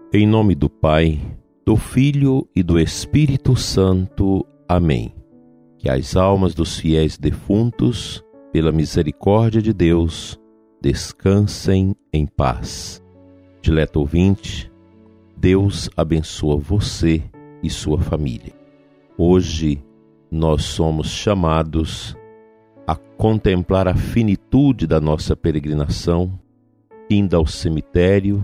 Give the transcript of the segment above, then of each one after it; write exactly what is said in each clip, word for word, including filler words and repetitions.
Em nome do Pai, do Filho e do Espírito Santo. Amém. Que as almas dos fiéis defuntos, pela misericórdia de Deus, descansem em paz. Dileto ouvinte, Deus abençoa você e sua família. Hoje nós somos chamados a contemplar a finitude da nossa peregrinação, indo ao cemitério,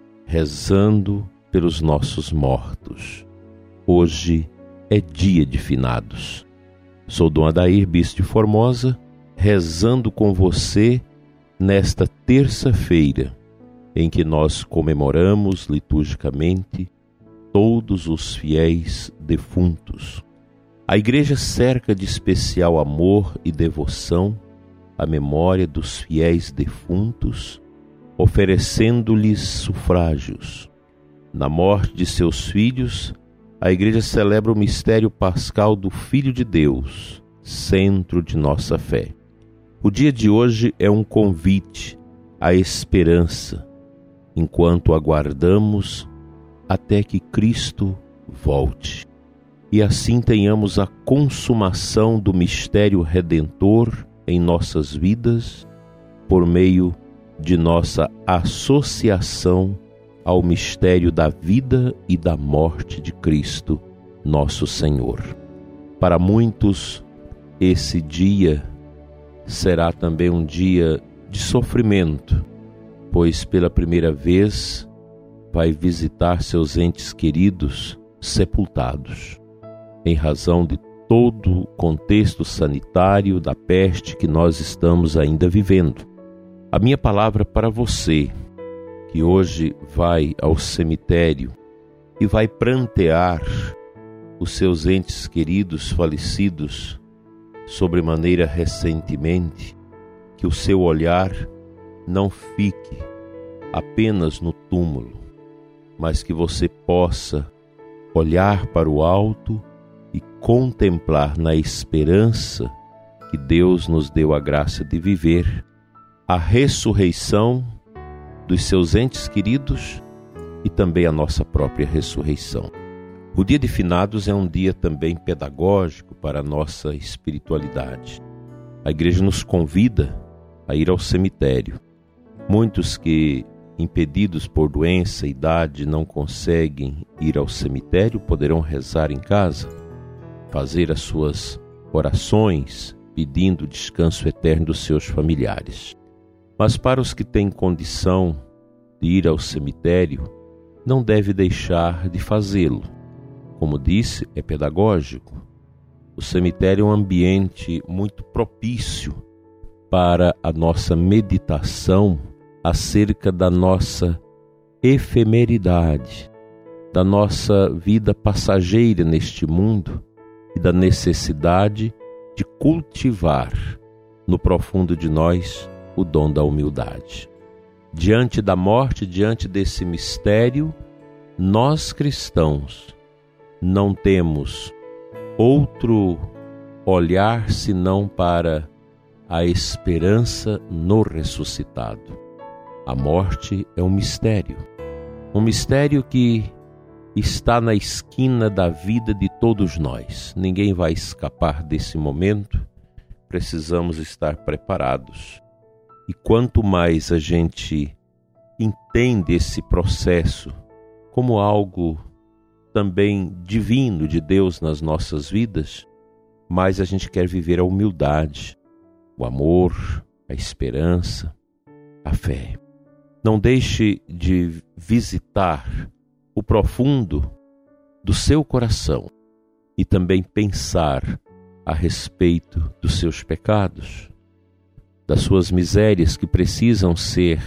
rezando pelos nossos mortos. Hoje é dia de finados. Sou Dom Adair, bispo de Formosa, rezando com você nesta terça-feira, em que nós comemoramos liturgicamente todos os fiéis defuntos. A Igreja cerca de especial amor e devoção a memória dos fiéis defuntos, oferecendo-lhes sufrágios. Na morte de seus filhos, a Igreja celebra o mistério pascal do Filho de Deus, centro de nossa fé. O dia de hoje é um convite à esperança, enquanto aguardamos até que Cristo volte. E assim tenhamos a consumação do mistério redentor em nossas vidas, por meio de nossa associação ao mistério da vida e da morte de Cristo, nosso Senhor. Para muitos, esse dia será também um dia de sofrimento, pois pela primeira vez vai visitar seus entes queridos sepultados, em razão de todo o contexto sanitário da peste que nós estamos ainda vivendo. A minha palavra para você, que hoje vai ao cemitério e vai prantear os seus entes queridos falecidos sobremaneira recentemente, que o seu olhar não fique apenas no túmulo, mas que você possa olhar para o alto e contemplar na esperança que Deus nos deu a graça de viver, a ressurreição dos seus entes queridos e também a nossa própria ressurreição. O dia de finados é um dia também pedagógico para a nossa espiritualidade. A Igreja nos convida a ir ao cemitério. Muitos que, impedidos por doença e idade, não conseguem ir ao cemitério, poderão rezar em casa, fazer as suas orações, pedindo o descanso eterno dos seus familiares. Mas para os que têm condição de ir ao cemitério, não deve deixar de fazê-lo. Como disse, é pedagógico. O cemitério é um ambiente muito propício para a nossa meditação acerca da nossa efemeridade, da nossa vida passageira neste mundo e da necessidade de cultivar no profundo de nós o dom da humildade. Diante da morte, diante desse mistério, nós cristãos não temos outro olhar senão para a esperança no ressuscitado. A morte é um mistério, um mistério que está na esquina da vida de todos nós. Ninguém vai escapar desse momento, precisamos estar preparados. E quanto mais a gente entende esse processo como algo também divino de Deus nas nossas vidas, mais a gente quer viver a humildade, o amor, a esperança, a fé. Não deixe de visitar o profundo do seu coração e também pensar a respeito dos seus pecados, das suas misérias que precisam ser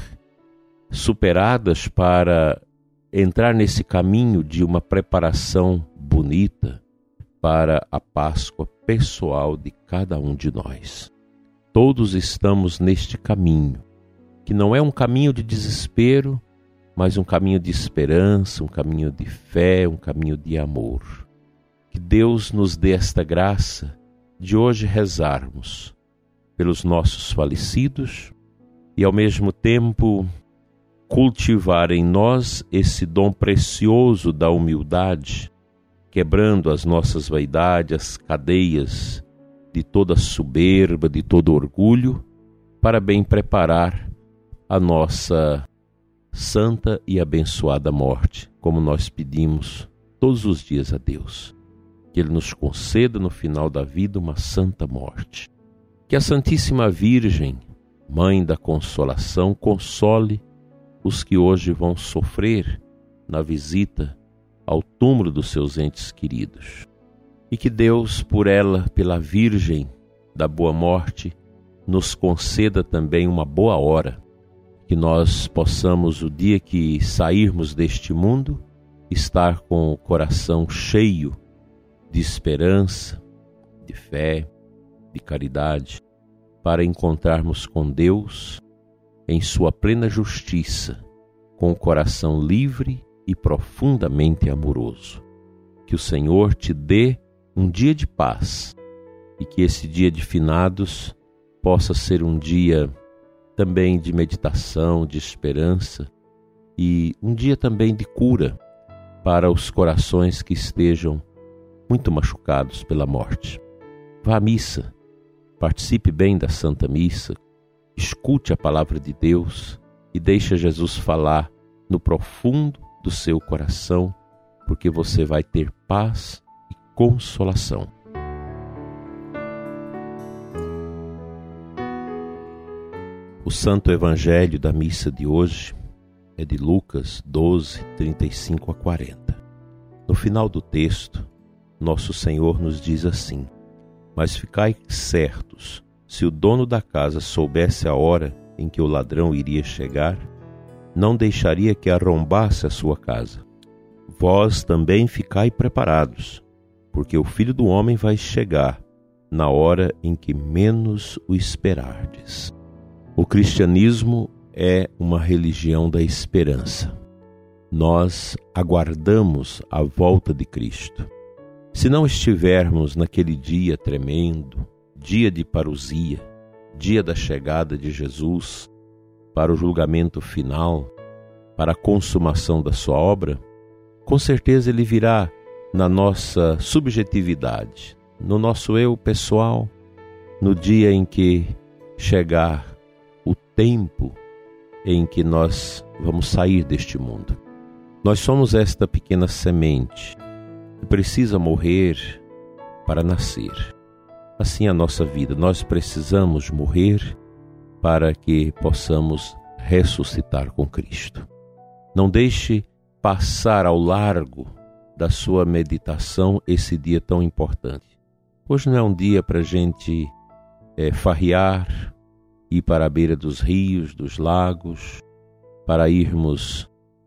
superadas para entrar nesse caminho de uma preparação bonita para a Páscoa pessoal de cada um de nós. Todos estamos neste caminho, que não é um caminho de desespero, mas um caminho de esperança, um caminho de fé, um caminho de amor. Que Deus nos dê esta graça de hoje rezarmos pelos nossos falecidos e, ao mesmo tempo, cultivar em nós esse dom precioso da humildade, quebrando as nossas vaidades, as cadeias de toda soberba, de todo orgulho, para bem preparar a nossa santa e abençoada morte, como nós pedimos todos os dias a Deus, que Ele nos conceda no final da vida uma santa morte. Que a Santíssima Virgem, Mãe da Consolação, console os que hoje vão sofrer na visita ao túmulo dos seus entes queridos. E que Deus, por ela, pela Virgem da Boa Morte, nos conceda também uma boa hora, que nós possamos, o dia que sairmos deste mundo, estar com o coração cheio de esperança, de fé, de caridade, para encontrarmos com Deus em sua plena justiça, com o coração livre e profundamente amoroso. Que o Senhor te dê um dia de paz e que esse dia de finados possa ser um dia também de meditação, de esperança e um dia também de cura para os corações que estejam muito machucados pela morte. Vá à missa, participe bem da Santa Missa, escute a palavra de Deus e deixe Jesus falar no profundo do seu coração, porque você vai ter paz e consolação. O Santo Evangelho da missa de hoje é de Lucas doze, trinta e cinco a quarenta. No final do texto, nosso Senhor nos diz assim: mas ficai certos, se o dono da casa soubesse a hora em que o ladrão iria chegar, não deixaria que arrombasse a sua casa. Vós também ficai preparados, porque o Filho do Homem vai chegar na hora em que menos o esperardes. O cristianismo é uma religião da esperança. Nós aguardamos a volta de Cristo. Se não estivermos naquele dia tremendo, dia de parousia, dia da chegada de Jesus, para o julgamento final, para a consumação da sua obra, com certeza Ele virá na nossa subjetividade, no nosso eu pessoal, no dia em que chegar o tempo em que nós vamos sair deste mundo. Nós somos esta pequena semente que precisa morrer para nascer. Assim é a nossa vida, nós precisamos morrer para que possamos ressuscitar com Cristo. Não deixe passar ao largo da sua meditação esse dia tão importante. Hoje não é um dia para a gente é, farrear, ir para a beira dos rios, dos lagos, para irmos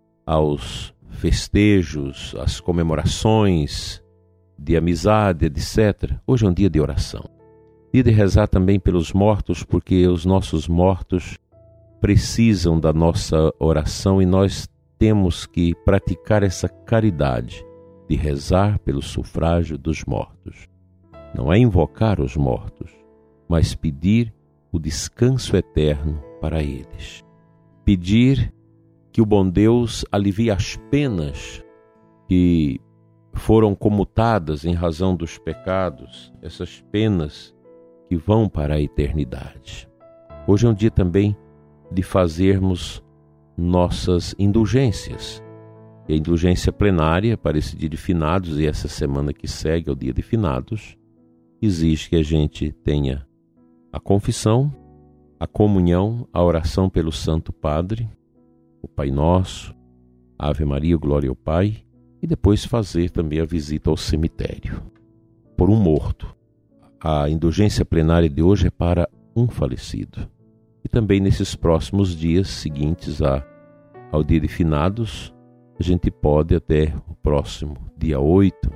aos festejos, às comemorações de amizade, etcétera. Hoje é um dia de oração. Dia de rezar também pelos mortos, porque os nossos mortos precisam da nossa oração e nós temos que praticar essa caridade de rezar pelo sufrágio dos mortos. Não é invocar os mortos, mas pedir o descanso eterno para eles. Pedir que o bom Deus alivie as penas que foram comutadas em razão dos pecados, essas penas que vão para a eternidade. Hoje é um dia também de fazermos nossas indulgências. E a indulgência plenária para esse dia de finados e essa semana que segue ao dia de finados exige que a gente tenha a confissão, a comunhão, a oração pelo Santo Padre, o Pai Nosso, Ave Maria, Glória ao Pai, e depois fazer também a visita ao cemitério por um morto. A indulgência plenária de hoje é para um falecido. E também nesses próximos dias seguintes a, ao dia de finados, a gente pode até o próximo dia oito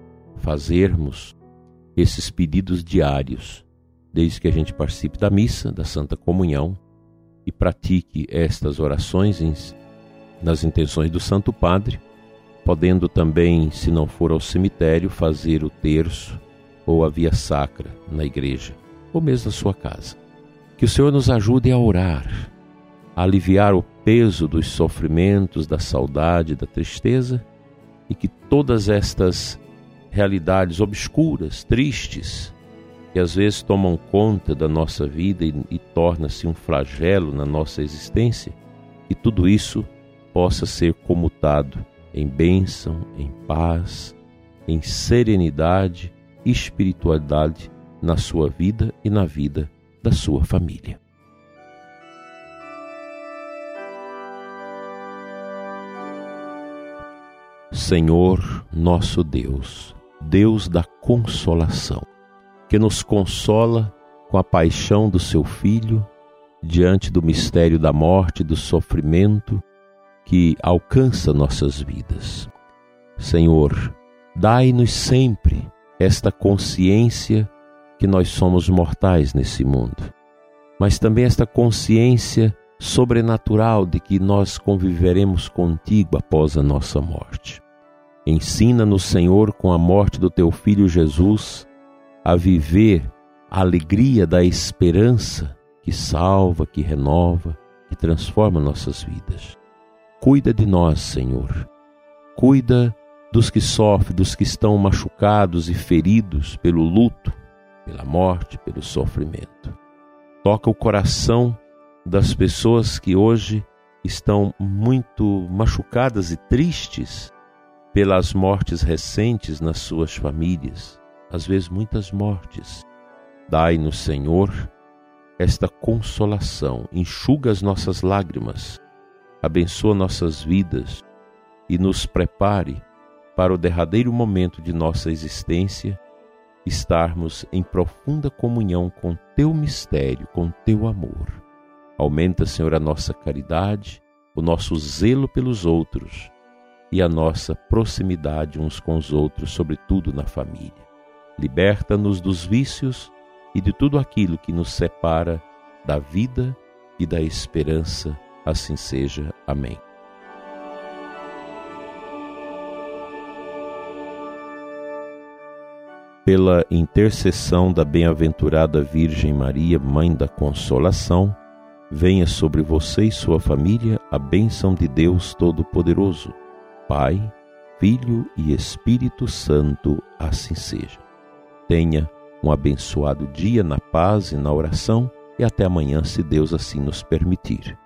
fazermos esses pedidos diários, desde que a gente participe da missa, da Santa Comunhão e pratique estas orações em, nas intenções do Santo Padre, podendo também, se não for ao cemitério, fazer o terço ou a via sacra na igreja, ou mesmo na sua casa. Que o Senhor nos ajude a orar, a aliviar o peso dos sofrimentos, da saudade, da tristeza, e que todas estas realidades obscuras, tristes, que às vezes tomam conta da nossa vida e, e torna-se um flagelo na nossa existência, que tudo isso possa ser comutado em bênção, em paz, em serenidade e espiritualidade na sua vida e na vida da sua família. Senhor nosso Deus, Deus da consolação, que nos consola com a paixão do seu Filho diante do mistério da morte e do sofrimento que alcança nossas vidas. Senhor, dai-nos sempre esta consciência que nós somos mortais nesse mundo, mas também esta consciência sobrenatural de que nós conviveremos contigo após a nossa morte. Ensina-nos, Senhor, com a morte do teu Filho Jesus, a viver a alegria da esperança que salva, que renova, que transforma nossas vidas. Cuida de nós, Senhor. Cuida dos que sofrem, dos que estão machucados e feridos pelo luto, pela morte, pelo sofrimento. Toca o coração das pessoas que hoje estão muito machucadas e tristes pelas mortes recentes nas suas famílias, às vezes muitas mortes. Dai-nos, Senhor, esta consolação, enxuga as nossas lágrimas, abençoa nossas vidas e nos prepare para o derradeiro momento de nossa existência, estarmos em profunda comunhão com teu mistério, com teu amor. Aumenta, Senhor, a nossa caridade, o nosso zelo pelos outros e a nossa proximidade uns com os outros, sobretudo na família. Liberta-nos dos vícios e de tudo aquilo que nos separa da vida e da esperança. Assim seja. Amém. Pela intercessão da bem-aventurada Virgem Maria, Mãe da Consolação, venha sobre você e sua família a bênção de Deus Todo-Poderoso, Pai, Filho e Espírito Santo, assim seja. Tenha um abençoado dia na paz e na oração e até amanhã, se Deus assim nos permitir.